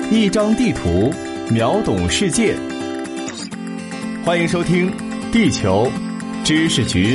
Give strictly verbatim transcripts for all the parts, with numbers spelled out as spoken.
一张地图，秒懂世界。欢迎收听地球知识局。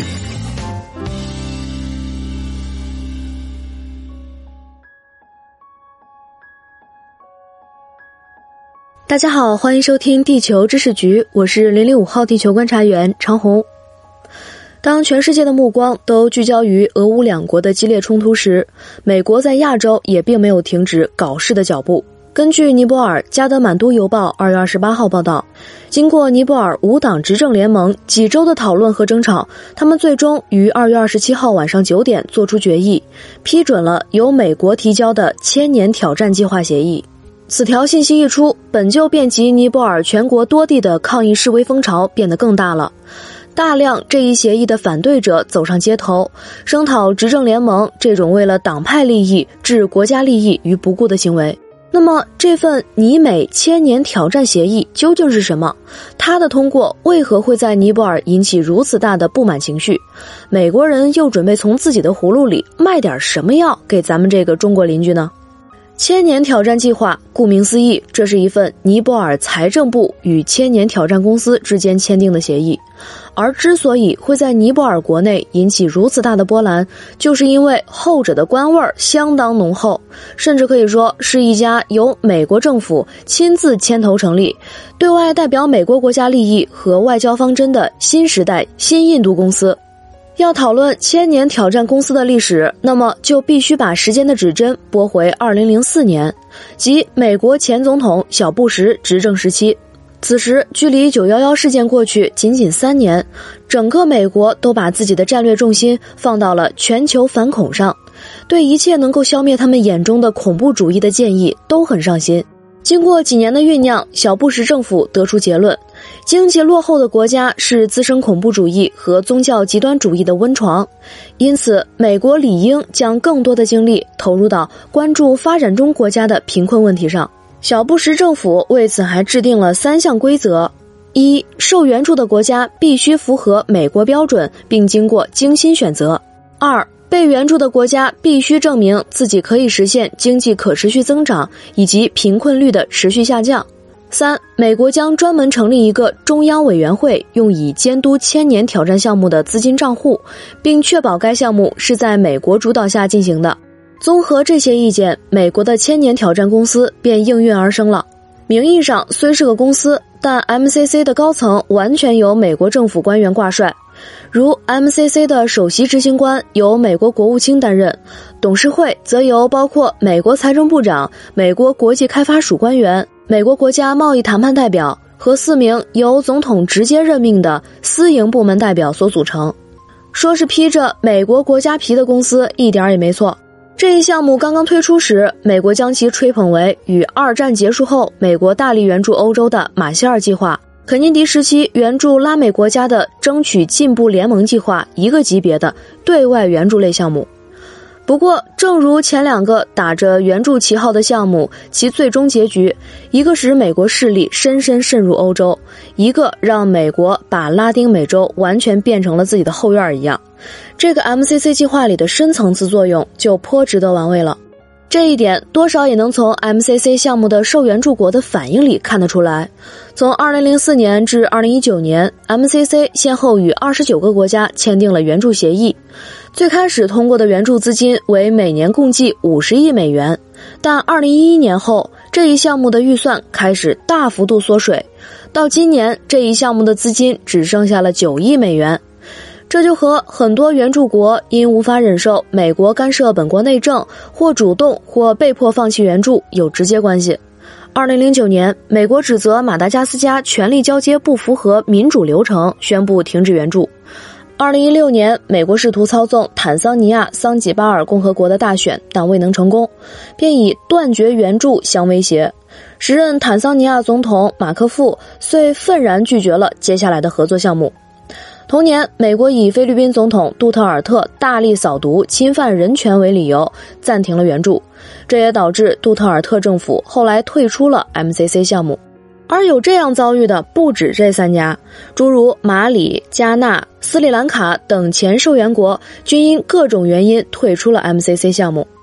大家好，欢迎收听地球知识局，我是零零五号地球观察员长红。当全世界的目光都聚焦于俄乌两国的激烈冲突时，美国在亚洲也并没有停止搞事的脚步。根据尼泊尔加德满都邮报二月二十八号报道，经过尼泊尔无党执政联盟几周的讨论和争吵，他们最终于二月二十七号晚上九点做出决议，批准了由美国提交的千年挑战计划协议。此条信息一出，本就遍及尼泊尔全国多地的抗议示威风潮变得更大了。大量这一协议的反对者走上街头，声讨执政联盟这种为了党派利益置国家利益于不顾的行为。那么这份尼美千年挑战协议究竟是什么？它的通过为何会在尼泊尔引起如此大的不满情绪？美国人又准备从自己的葫芦里卖点什么药给咱们这个中国邻居呢？千年挑战计划，顾名思义，这是一份尼泊尔财政部与千年挑战公司之间签订的协议。而之所以会在尼泊尔国内引起如此大的波澜，就是因为后者的官味儿相当浓厚，甚至可以说是一家由美国政府亲自牵头成立，对外代表美国国家利益和外交方针的新时代新印度公司。要讨论千年挑战公司的历史，那么就必须把时间的指针拨回二零零四年，即美国前总统小布什执政时期。此时距离九一一事件过去仅仅三年，整个美国都把自己的战略重心放到了全球反恐上，对一切能够消灭他们眼中的恐怖主义的建议都很上心。经过几年的酝酿，小布什政府得出结论，经济落后的国家是滋生恐怖主义和宗教极端主义的温床，因此美国理应将更多的精力投入到关注发展中国家的贫困问题上。小布什政府为此还制定了三项规则：一、受援助的国家必须符合美国标准并经过精心选择；二、被援助的国家必须证明自己可以实现经济可持续增长以及贫困率的持续下降；三、美国将专门成立一个中央委员会，用以监督千年挑战项目的资金账户，并确保该项目是在美国主导下进行的。综合这些意见，美国的千年挑战公司便应运而生了。名义上虽是个公司，但 M C C 的高层完全由美国政府官员挂帅，如 M C C 的首席执行官由美国国务卿担任，董事会则由包括美国财政部长、美国国际开发署官员、美国国家贸易谈判代表和四名由总统直接任命的私营部门代表所组成。说是披着美国国家皮的公司一点也没错。这一项目刚刚推出时，美国将其吹捧为与二战结束后美国大力援助欧洲的马歇尔计划、肯尼迪时期援助拉美国家的争取进步联盟计划一个级别的对外援助类项目。不过正如前两个打着援助旗号的项目，其最终结局，一个使美国势力深深渗入欧洲，一个让美国把拉丁美洲完全变成了自己的后院一样，这个 M C C 计划里的深层次作用就颇值得玩味了。这一点多少也能从 M C C 项目的受援助国的反应里看得出来。从二零零四年至二零一九年， M C C 先后与二十九个国家签订了援助协议。最开始通过的援助资金为每年共计五十亿美元，但二零一一年后，这一项目的预算开始大幅度缩水，到今年这一项目的资金只剩下了九亿美元。这就和很多援助国因无法忍受美国干涉本国内政，或主动或被迫放弃援助有直接关系。二零零九年，美国指责马达加斯加权力交接不符合民主流程，宣布停止援助。二零一六年，美国试图操纵坦桑尼亚桑吉巴尔共和国的大选，但未能成功，便以断绝援助相威胁。时任坦桑尼亚总统马克富遂愤然拒绝了接下来的合作项目。同年，美国以菲律宾总统杜特尔特大力扫毒、侵犯人权为理由，暂停了援助，这也导致杜特尔特政府后来退出了 M C C 项目。而有这样遭遇的不止这三家，诸如马里、加纳、斯里兰卡等前受援国均因各种原因退出了 M C C 项目。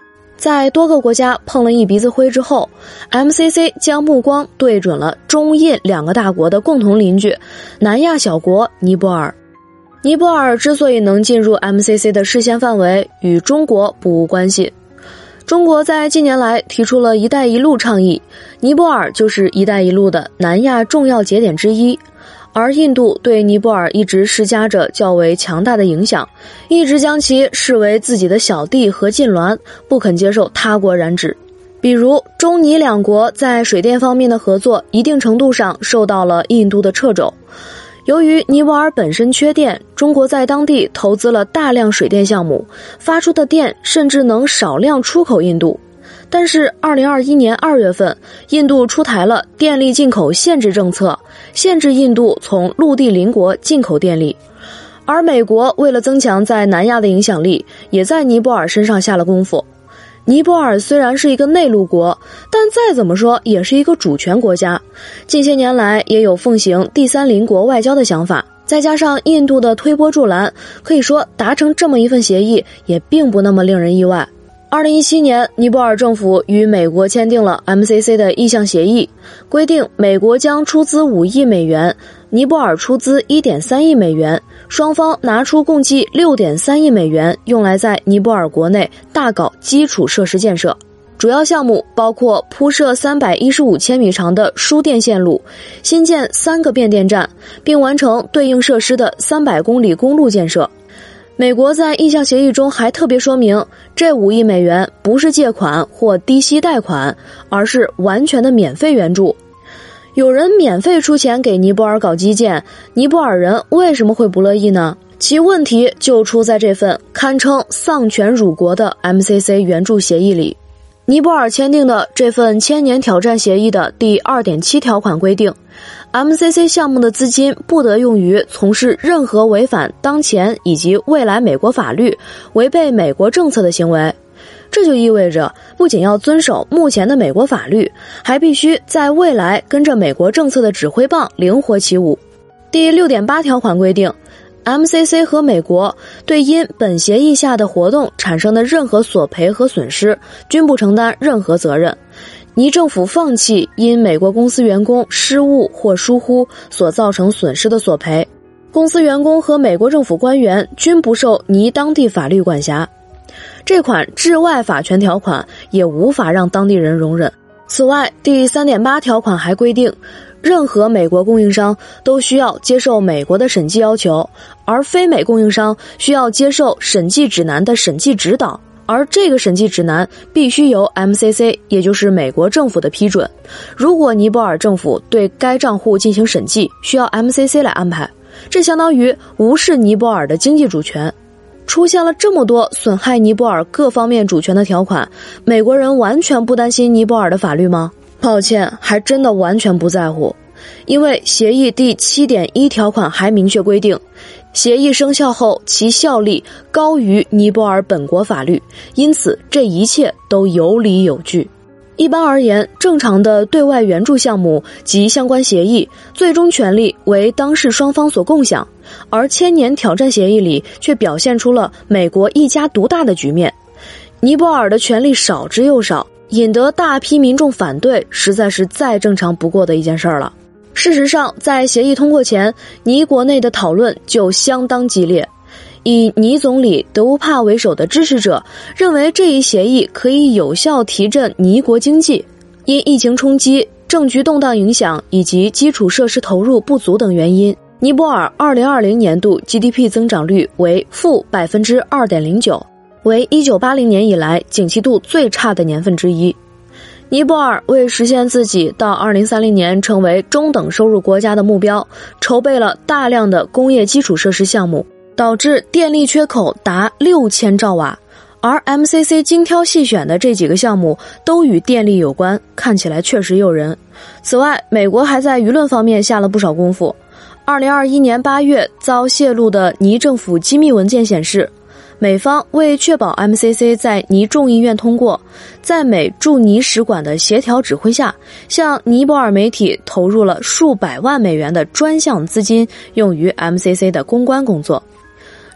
在多个国家碰了一鼻子灰之后， M C C 将目光对准了中印两个大国的共同邻居南亚小国尼泊尔。尼泊尔之所以能进入 M C C 的视线范围，与中国不无关系。中国在近年来提出了一带一路倡议，尼泊尔就是一带一路的南亚重要节点之一，而印度对尼泊尔一直施加着较为强大的影响，一直将其视为自己的小弟和近邻，不肯接受他国染指。比如中尼两国在水电方面的合作一定程度上受到了印度的掣肘。由于尼泊尔本身缺电，中国在当地投资了大量水电项目，发出的电甚至能少量出口印度。但是二零二一年二月份，印度出台了电力进口限制政策，限制印度从陆地邻国进口电力。而美国为了增强在南亚的影响力，也在尼泊尔身上下了功夫。尼泊尔虽然是一个内陆国，但再怎么说也是一个主权国家，近些年来也有奉行第三邻国外交的想法，再加上印度的推波助澜，可以说达成这么一份协议也并不那么令人意外。二零一七年，尼泊尔政府与美国签订了 M C C 的意向协议，规定美国将出资五亿美元，尼泊尔出资 一点三亿美元，双方拿出共计 六点三亿美元，用来在尼泊尔国内大搞基础设施建设。主要项目包括铺设三百一十五千米长的输电线路，新建三个变电站，并完成对应设施的三百公里公路建设。美国在意向协议中还特别说明，这五亿美元不是借款或低息贷款，而是完全的免费援助。有人免费出钱给尼泊尔搞基建，尼泊尔人为什么会不乐意呢？其问题就出在这份堪称丧权辱国的 M C C 援助协议里。尼泊尔签订的这份千年挑战协议的第 二点七 条款规定， M C C 项目的资金不得用于从事任何违反当前以及未来美国法律、违背美国政策的行为。这就意味着不仅要遵守目前的美国法律，还必须在未来跟着美国政策的指挥棒灵活起舞。第 六点八 条款规定， M C C 和美国对因本协议下的活动产生的任何索赔和损失均不承担任何责任。尼政府放弃因美国公司员工失误或疏忽所造成损失的索赔，公司员工和美国政府官员均不受尼当地法律管辖。这款治外法权条款也无法让当地人容忍。此外，第 三点八 条款还规定，任何美国供应商都需要接受美国的审计要求，而非美供应商需要接受审计指南的审计指导，而这个审计指南必须由 M C C， 也就是美国政府的批准。如果尼泊尔政府对该账户进行审计，需要 M C C 来安排，这相当于无视尼泊尔的经济主权。出现了这么多损害尼泊尔各方面主权的条款，美国人完全不担心尼泊尔的法律吗？抱歉，还真的完全不在乎。因为协议第 七点一 条款还明确规定，协议生效后其效力高于尼泊尔本国法律，因此这一切都有理有据。一般而言，正常的对外援助项目及相关协议，最终权利为当事双方所共享，而千年挑战协议里却表现出了美国一家独大的局面。尼泊尔的权利少之又少，引得大批民众反对，实在是再正常不过的一件事了。事实上，在协议通过前，尼国内的讨论就相当激烈。以尼总理德乌帕为首的支持者认为这一协议可以有效提振尼国经济，因疫情冲击、政局动荡影响以及基础设施投入不足等原因，尼泊尔二零二零年度 G D P 增长率为负 百分之二点零九， 为一九八零年以来景气度最差的年份之一。尼泊尔为实现自己到二零三零年成为中等收入国家的目标，筹备了大量的工业基础设施项目，导致电力缺口达六千兆瓦，而 M C C 精挑细选的这几个项目都与电力有关，看起来确实诱人。此外，美国还在舆论方面下了不少功夫。二零二一年八月遭泄露的尼政府机密文件显示，美方为确保 M C C 在尼众议院通过，在美驻尼使馆的协调指挥下，向尼泊尔媒体投入了数百万美元的专项资金，用于 M C C 的公关工作。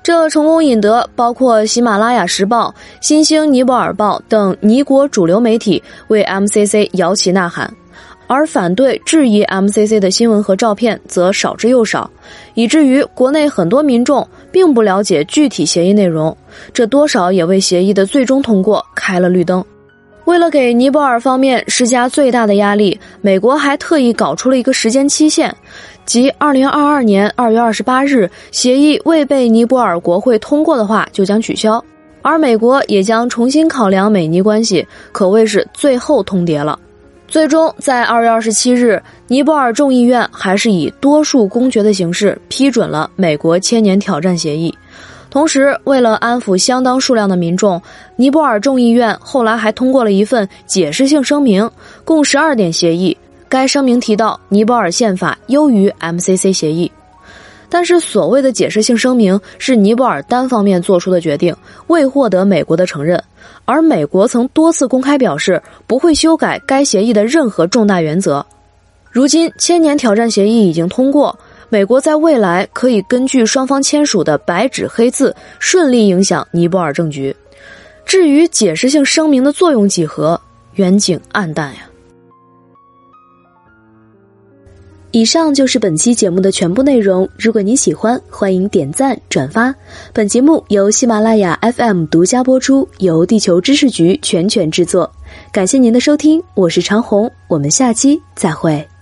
这成功引得包括喜马拉雅时报、新兴尼泊尔报等尼国主流媒体为 M C C 摇旗呐喊，而反对质疑 M C C 的新闻和照片则少之又少，以至于国内很多民众并不了解具体协议内容，这多少也为协议的最终通过开了绿灯。为了给尼泊尔方面施加最大的压力，美国还特意搞出了一个时间期限，即二零二二年二月二十八日，协议未被尼泊尔国会通过的话就将取消，而美国也将重新考量美尼关系，可谓是最后通牒了。最终在二月二十七日，尼泊尔众议院还是以多数公决的形式批准了美国千年挑战协议。同时，为了安抚相当数量的民众，尼泊尔众议院后来还通过了一份解释性声明，共十二点协议。该声明提到尼泊尔宪法优于 M C C 协议。但是所谓的解释性声明是尼泊尔单方面做出的决定，未获得美国的承认，而美国曾多次公开表示不会修改该协议的任何重大原则。如今千年挑战协议已经通过，美国在未来可以根据双方签署的白纸黑字顺利影响尼泊尔政局。至于解释性声明的作用几何，远景暗淡呀。 以上就是本期节目的全部内容，如果您喜欢，欢迎点赞转发。本节目由喜马拉雅 F M 独家播出，由地球知识局全权制作。感谢您的收听，我是长虹，我们下期再会。